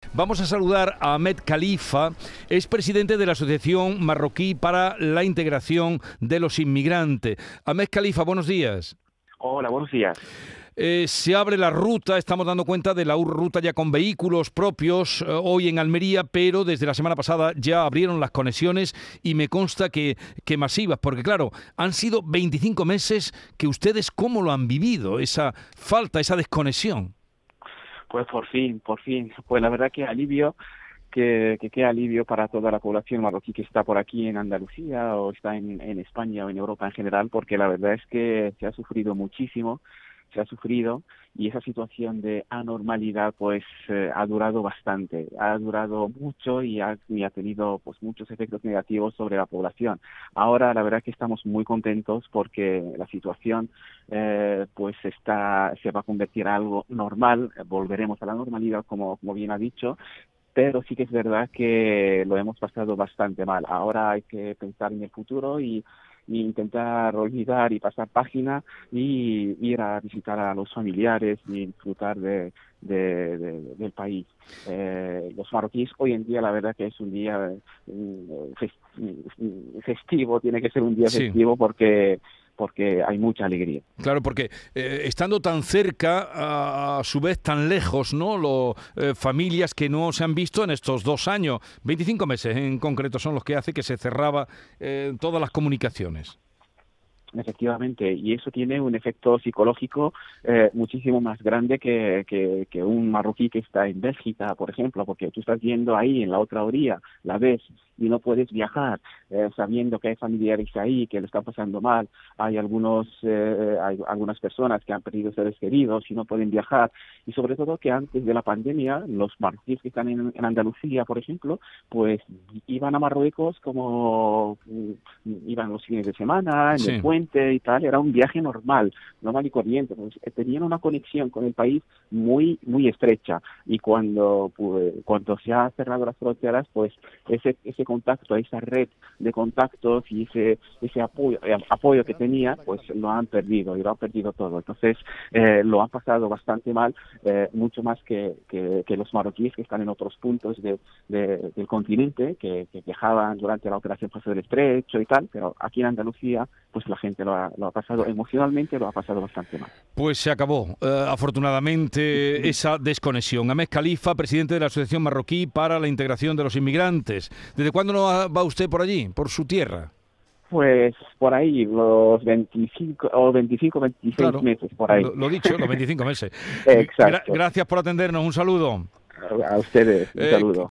Vamos a saludar a Ahmed Khalifa, es presidente de la Asociación Marroquí para la Integración de los Inmigrantes. Ahmed Khalifa, buenos días. Hola, buenos días. Se abre la ruta, estamos dando cuenta de la ruta ya con vehículos propios hoy en Almería, pero desde la semana pasada ya abrieron las conexiones y me consta que masivas, porque claro, han sido 25 meses que ustedes, ¿cómo lo han vivido? Esa falta, esa desconexión. Pues por fin. Pues la verdad que alivio, que alivio para toda la población marroquí que está por aquí en Andalucía o está en España o en Europa en general, porque la verdad es que se ha sufrido muchísimo. Y esa situación de anormalidad pues ha durado bastante, ha durado mucho y ha tenido pues muchos efectos negativos sobre la población. Ahora la verdad que estamos muy contentos porque la situación pues se va a convertir en algo normal, volveremos a la normalidad como bien ha dicho. Pero sí que es verdad que lo hemos pasado bastante mal. Ahora hay que pensar en el futuro y intentar olvidar y pasar página y ir a visitar a los familiares y disfrutar del país. Los marroquíes hoy en día la verdad que es un día festivo, tiene que ser un día festivo porque hay mucha alegría. Claro, porque estando tan cerca, a su vez tan lejos, ¿no? Familias que no se han visto en estos 2 años, 25 meses en concreto son los que hace que se cerraba todas las comunicaciones. Efectivamente, y eso tiene un efecto psicológico muchísimo más grande que un marroquí que está en Bélgica, por ejemplo, porque tú estás viendo ahí en la otra orilla, la ves y no puedes viajar, sabiendo que hay familiares ahí que lo están pasando mal, hay algunas personas que han perdido seres queridos y no pueden viajar, y sobre todo que antes de la pandemia, los marroquíes que están en Andalucía, por ejemplo, pues iban a Marruecos como iban los fines de semana, en el puente y tal, era un viaje normal y corriente, pues, tenían una conexión con el país muy estrecha, y cuando se han cerrado las fronteras, pues ese contacto, esa red de contactos y ese apoyo que tenía, pues lo han perdido y lo han perdido todo. Entonces lo han pasado bastante mal, mucho más que los marroquíes que están en otros puntos del continente, que viajaban durante la operación Paso del Estrecho y tal, pero aquí en Andalucía pues la gente lo ha pasado emocionalmente, lo ha pasado bastante mal. Pues se acabó, afortunadamente, esa desconexión. Ahmed Khalifa, presidente de la Asociación Marroquí para la Integración de los Inmigrantes. ¿Desde cuándo no va usted por allí, por su tierra? Pues por ahí, los 26 claro, meses, por ahí. Lo dicho, los 25 meses. Exacto. Gracias por atendernos, un saludo. A ustedes, un saludo.